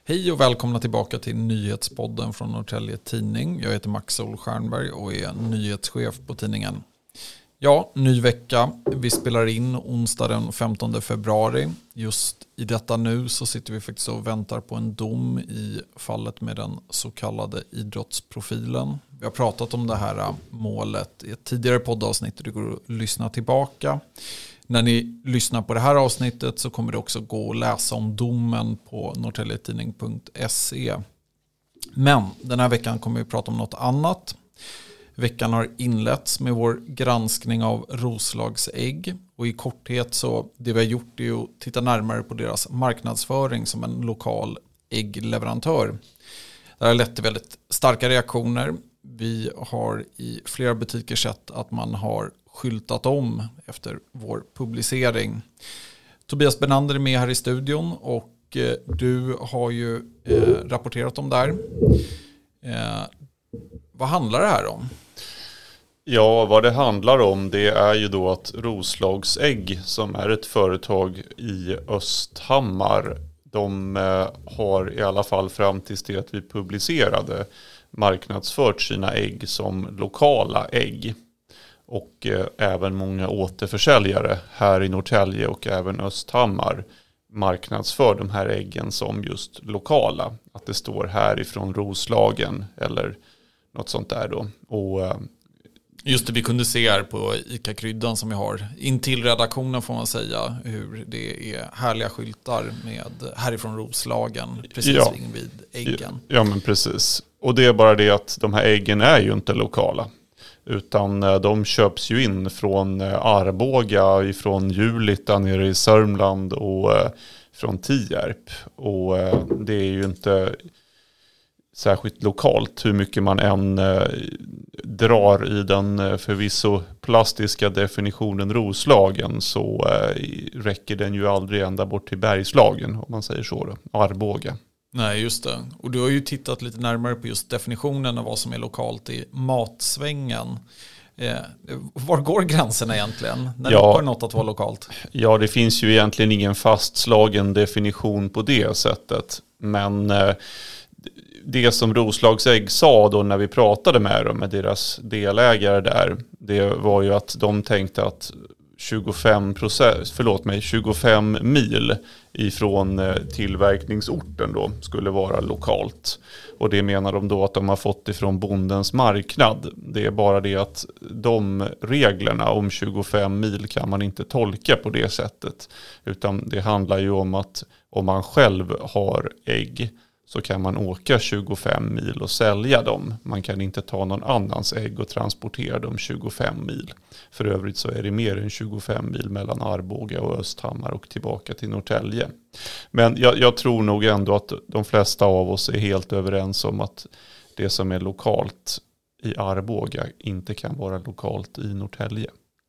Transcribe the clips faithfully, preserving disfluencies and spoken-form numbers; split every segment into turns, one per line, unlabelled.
Hej och välkomna tillbaka till nyhetspodden från Norrtälje Tidning. Jag heter Max Solstjernberg och är nyhetschef på tidningen. Ja, ny vecka. Vi spelar in onsdag den femtonde februari. Just i detta nu så sitter vi faktiskt och väntar på en dom i fallet med den så kallade idrottsprofilen. Vi har pratat om det här målet i ett tidigare poddavsnitt och det går att lyssna tillbaka. När ni lyssnar på det här avsnittet så kommer det också gå att läsa om domen på norrtäljetidning punkt se. Men den här veckan kommer vi prata om något annat. Veckan har inletts med vår granskning av Roslagsägg. Och i korthet så det vi har gjort är att titta närmare på deras marknadsföring som en lokal äggleverantör. Det har lett till väldigt starka reaktioner. Vi har i flera butiker sett att man har skyltat om efter vår publicering. Tobias Benander är med här i studion och du har ju eh, rapporterat om det här. Eh, vad handlar det här om?
Ja, vad det handlar om det är ju då att Roslagsägg som är ett företag i Östhammar, de eh, har i alla fall fram tills det att vi publicerade marknadsfört sina ägg som lokala ägg. Och eh, även många återförsäljare här i Norrtälje och även Östhammar marknadsför de här äggen som just lokala. Att det står härifrån Roslagen eller något sånt där då. Och, eh,
just det, vi kunde se här på ICA-kryddan som vi har in till redaktionen får man säga hur det är härliga skyltar med härifrån Roslagen precis
ja,
vid äggen.
Ja, men precis. Och det är bara det att de här äggen är ju inte lokala. Utan de köps ju in från Arboga, ifrån Julita nere i Sörmland och från Tierp. Och det är ju inte särskilt lokalt hur mycket man än drar i den förvisso plastiska definitionen Roslagen, så räcker den ju aldrig ända bort till Bergslagen om man säger så då, Arboga.
Nej, just det. Och du har ju tittat lite närmare på just definitionen av vad som är lokalt i matsvängen. Eh, var går gränserna egentligen? När
ja,
det är något att vara lokalt?
Ja, det finns ju egentligen ingen fastslagen definition på det sättet. Men eh, det som Roslagsägg sa då när vi pratade med dem, med deras delägare där, det var ju att de tänkte att tjugofem procent, förlåt mig, tjugofem mil ifrån tillverkningsorten då skulle vara lokalt. Och det menar de då att de har fått ifrån bondens marknad. Det är bara det att de reglerna om tjugofem mil kan man inte tolka på det sättet. Utan det handlar ju om att om man själv har ägg så kan man åka tjugofem mil och sälja dem. Man kan inte ta någon annans ägg och transportera dem tjugofem mil. För övrigt så är det mer än tjugofem mil mellan Arboga och Östhammar och tillbaka till Norrtälje. Men jag, jag tror nog ändå att de flesta av oss är helt överens om att det som är lokalt i Arboga inte kan vara lokalt i Norrtälje.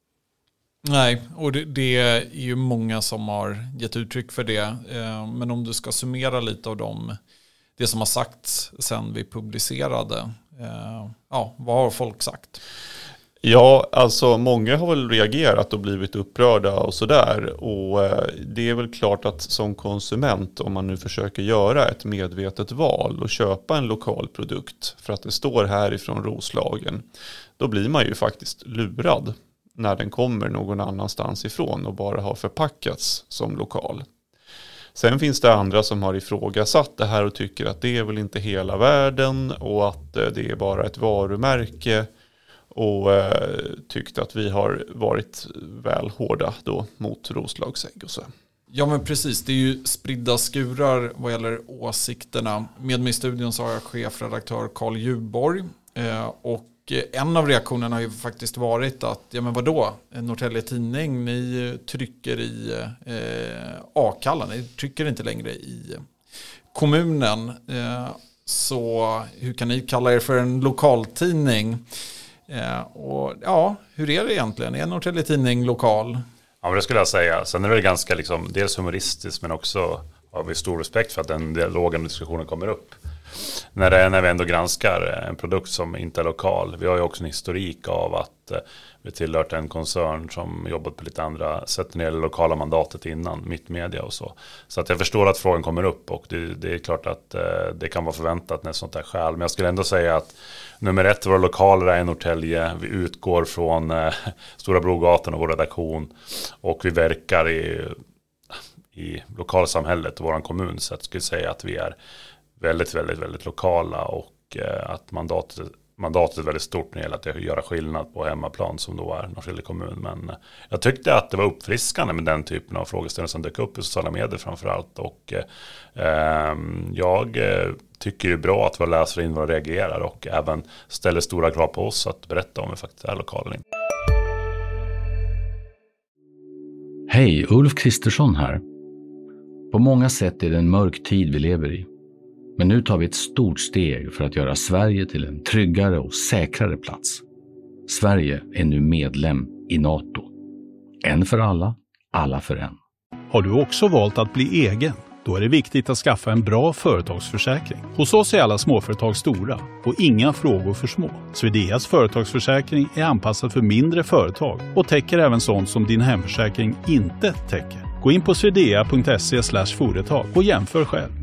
Nej, och det, det är ju många som har gett uttryck för det. Men om du ska summera lite av dem, det som har sagts sen vi publicerade, ja, vad har folk sagt?
Ja, alltså många har väl reagerat och blivit upprörda och sådär. Och det är väl klart att som konsument, om man nu försöker göra ett medvetet val och köpa en lokal produkt för att det står härifrån Roslagen, då blir man ju faktiskt lurad när den kommer någon annanstans ifrån och bara har förpackats som lokal. Sen finns det andra som har ifrågasatt det här och tycker att det är väl inte hela världen och att det är bara ett varumärke och eh, tyckte att vi har varit väl hårda då mot Roslagsägg och så.
Ja men precis, det är ju spridda skurar vad gäller åsikterna. Med mig i studion så har jag chefredaktör Carl Djurborg eh, och en av reaktionerna har ju faktiskt varit att, ja men vadå, Norrtälje Tidning, ni trycker i eh, Akalla, ni trycker inte längre i kommunen. Eh, så hur kan ni kalla er för en lokaltidning? Eh, och ja, hur är det egentligen? Är Norrtälje Tidning lokal?
Ja, men det skulle jag säga. Sen är det ganska liksom, dels humoristiskt men också har vi stor respekt för att den dialogen och diskussionen kommer upp. när, det, när vi ändå granskar en produkt som inte är lokal. Vi har ju också en historik av att eh, vi tillhört en koncern som jobbat på lite andra sätt när det gäller lokala mandatet innan, Mittmedia och så. Så att jag förstår att frågan kommer upp, och det, det är klart att eh, det kan vara förväntat när sånt här skäl. Men jag skulle ändå säga att nummer ett, våra lokaler är i Norrtälje. Vi utgår från eh, Stora Brogatan och vår redaktion, och vi verkar i, i lokalsamhället och vår kommun. Så jag skulle säga att vi är väldigt, väldigt, väldigt lokala, och eh, att mandatet, mandatet är väldigt stort när det gäller att göra skillnad på hemmaplan som då är Norrtälje kommun. Men eh, jag tyckte att det var uppfriskande med den typen av frågeställningar som dök upp i sociala medier framförallt. Och eh, jag eh, tycker det är bra att våra läsare in och reagerar, och även ställer stora krav på oss att berätta om vi faktiskt är lokalen.
Hej, Ulf Kristersson här. På många sätt är det en mörk tid vi lever i. Men nu tar vi ett stort steg för att göra Sverige till en tryggare och säkrare plats. Sverige är nu medlem i NATO. En för alla, alla för en.
Har du också valt att bli egen? Då är det viktigt att skaffa en bra företagsförsäkring. Hos oss är alla småföretag stora och inga frågor för små. Swedeas företagsförsäkring är anpassad för mindre företag och täcker även sånt som din hemförsäkring inte täcker. Gå in på swedea punkt se slash företag och jämför själv.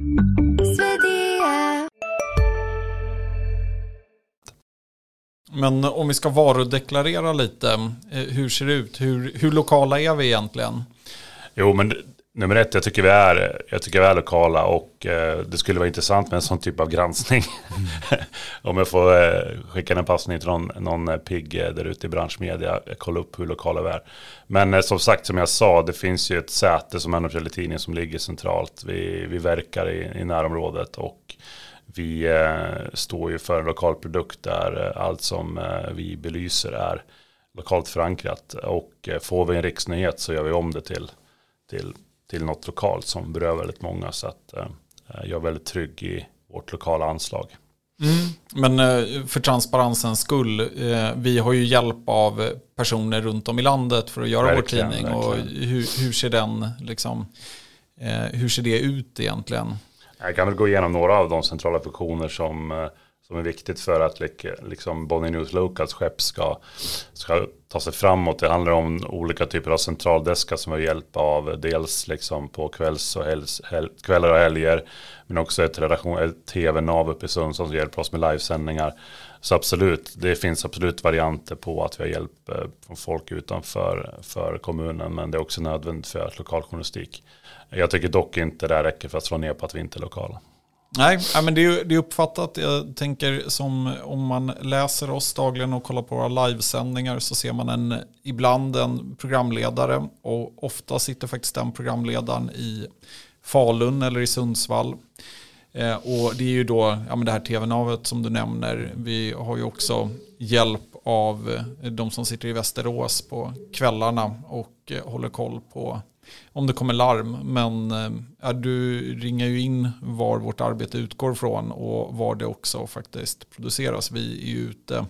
Men om vi ska varudeklarera lite, hur ser det ut? Hur, hur lokala är vi egentligen?
Jo, men nummer ett, jag tycker vi är, jag tycker vi är lokala, och eh, det skulle vara intressant med en sån typ av granskning. Mm. Om jag får eh, skicka en passning till någon, någon pigg där ute i branschmedia, kolla upp hur lokala vi är. Men eh, som sagt, som jag sa, det finns ju ett säte som är Norrtälje Tidning som ligger centralt. Vi, vi verkar i, i närområdet, och vi eh, står ju för en lokal produkt där eh, allt som eh, vi belyser är lokalt förankrat. Och eh, får vi en riksnyhet så gör vi om det till, till, till något lokalt som berör väldigt många. Så att eh, jag är väldigt trygg i vårt lokala anslag.
Mm. Men eh, för transparensens skull, eh, vi har ju hjälp av personer runt om i landet för att göra verkligen, vår tidning. Verkligen. Och hur, hur ser den liksom, eh, hur ser det ut egentligen?
Jag kan väl gå igenom några av de centrala funktioner som, som är viktigt för att liksom Bonnier News Locals skepp ska, ska ta sig framåt. Det handlar om olika typer av centraldeskar som har hjälp av dels liksom på kvälls och helgs, hel, kvällar och helger, men också ett, redaktion, ett tv-nav uppe i Sundsvall som hjälper oss med livesändningar. Så absolut, det finns absolut varianter på att vi har hjälp från folk utanför för kommunen, men det är också nödvändigt för lokaljournalistik. Jag tycker dock inte det räcker för att slå ner på att vi inte är lokala.
Nej, men det är, det är uppfattat. Jag tänker som om man läser oss dagligen och kollar på våra livesändningar så ser man en, ibland en programledare, och ofta sitter faktiskt den programledaren i Falun eller i Sundsvall. Eh, och det är ju då ja, men det här tv-navet som du nämner. Vi har ju också hjälp av de som sitter i Västerås på kvällarna och eh, håller koll på om det kommer larm. Men ja, du ringer ju in var vårt arbete utgår från och var det också faktiskt produceras. Vi är ju ute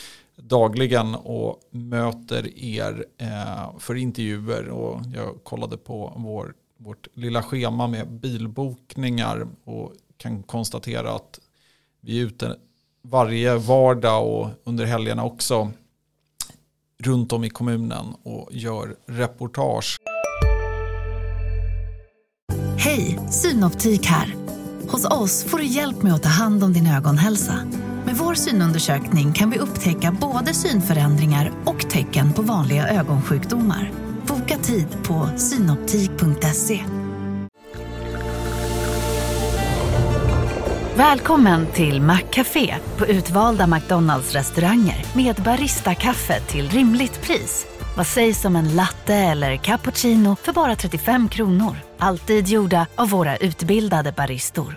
dagligen och möter er eh, för intervjuer, och jag kollade på vår, vårt lilla schema med bilbokningar och kan konstatera att vi är ute varje vardag och under helgerna också runt om i kommunen och gör reportage.
Hej, Synoptik här. Hos oss får du hjälp med att ta hand om din ögonhälsa. Med vår synundersökning kan vi upptäcka både synförändringar och tecken på vanliga ögonsjukdomar. Boka tid på synoptik punkt se. Välkommen till Maccafé på utvalda McDonalds-restauranger med Barista-kaffe till rimligt pris. Vad sägs om en latte eller cappuccino för bara trettiofem kronor? Alltid gjorda av våra utbildade baristor.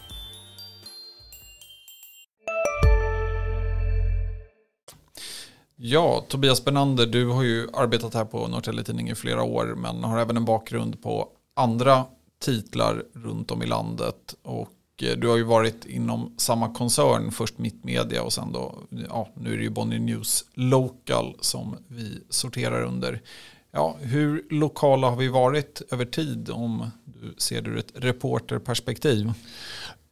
Ja, Tobias Benander, du har ju arbetat här på Norrtälje Tidning i flera år, men har även en bakgrund på andra titlar runt om i landet. Och du har ju varit inom samma koncern, först Mittmedia och sen då, ja, nu är det ju Bonnier News Local som vi sorterar under. Ja, hur lokala har vi varit över tid om du ser det ur ett reporterperspektiv?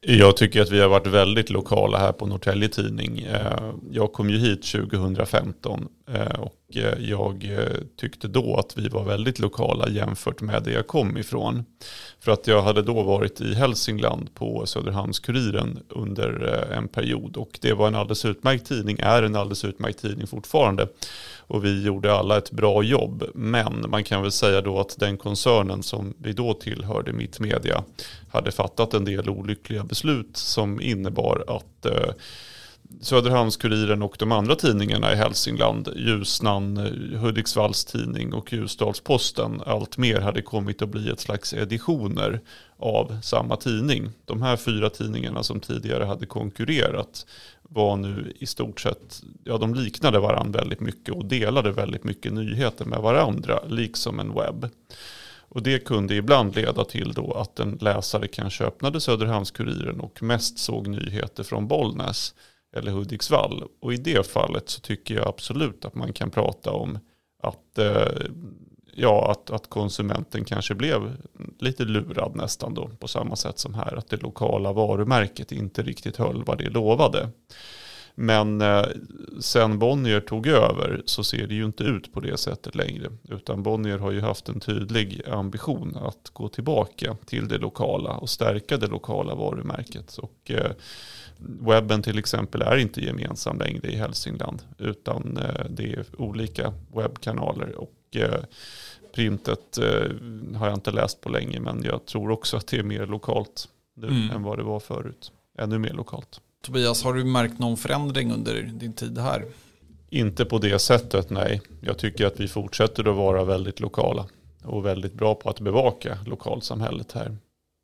Jag tycker att vi har varit väldigt lokala här på Norrtälje Tidning. Jag kom ju hit tjugohundrafemton och jag tyckte då att vi var väldigt lokala jämfört med det jag kom ifrån. För att jag hade då varit i Hälsingland på Söderhamns-Kuriren under en period och det var en alldeles utmärkt tidning, är en alldeles utmärkt tidning fortfarande. Och vi gjorde alla ett bra jobb. Men man kan väl säga då att den koncernen som vi då tillhörde, Mittmedia, hade fattat en del olyckliga beslut som innebar att eh, Söderhamns-Kuriren och de andra tidningarna i Hälsingland, Ljusnan, Hudiksvalls tidning och Ljusdalsposten, allt mer hade kommit att bli ett slags editioner av samma tidning. De här fyra tidningarna som tidigare hade konkurrerat var nu i stort sett, ja de liknade varandra väldigt mycket och delade väldigt mycket nyheter med varandra, liksom en webb. Och det kunde ibland leda till då att en läsare kanske öppnade Söderhamns-Kuriren och mest såg nyheter från Bollnäs eller Hudiksvall. Och i det fallet så tycker jag absolut att man kan prata om att, eh, ja, att, att konsumenten kanske blev lite lurad nästan då, på samma sätt som här, att det lokala varumärket inte riktigt höll vad det lovade. Men eh, sen Bonnier tog över så ser det ju inte ut på det sättet längre. Utan Bonnier har ju haft en tydlig ambition att gå tillbaka till det lokala och stärka det lokala varumärket. Och eh, webben till exempel är inte gemensam längre i Hälsingland, utan eh, det är olika webbkanaler och eh, printet eh, har jag inte läst på länge, men jag tror också att det är mer lokalt nu mm. än vad det var förut. Ännu mer lokalt.
Tobias, har du märkt någon förändring under din tid här?
Inte på det sättet, nej. Jag tycker att vi fortsätter att vara väldigt lokala och väldigt bra på att bevaka lokalsamhället här.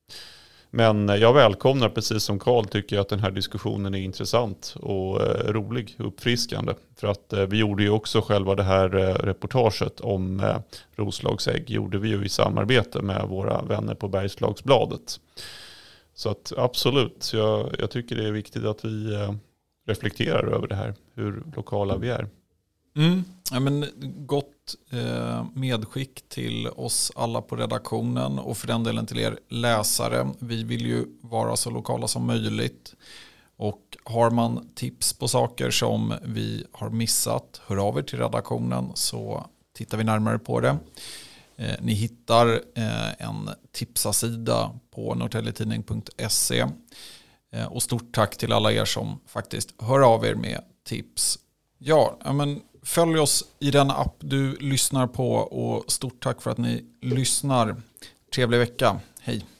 Men jag välkomnar, precis som Carl, tycker jag att den här diskussionen är intressant och eh, rolig och uppfriskande. För att eh, vi gjorde ju också själva det här eh, reportaget om eh, Roslagsägg gjorde vi ju i samarbete med våra vänner på Bergslagsbladet. Så att absolut, jag, jag tycker det är viktigt att vi eh, reflekterar över det här, hur lokala vi är.
Mm. Ja, men gott eh, medskick till oss alla på redaktionen och för den delen till er läsare. Vi vill ju vara så lokala som möjligt. Och har man tips på saker som vi har missat, hör av er till redaktionen så tittar vi närmare på det. Eh, ni hittar eh, en tipsasida på norrtäljetidning punkt se. Eh, och stort tack till alla er som faktiskt hör av er med tips. Ja, men följ oss i den app du lyssnar på och stort tack för att ni lyssnar. Trevlig vecka. Hej!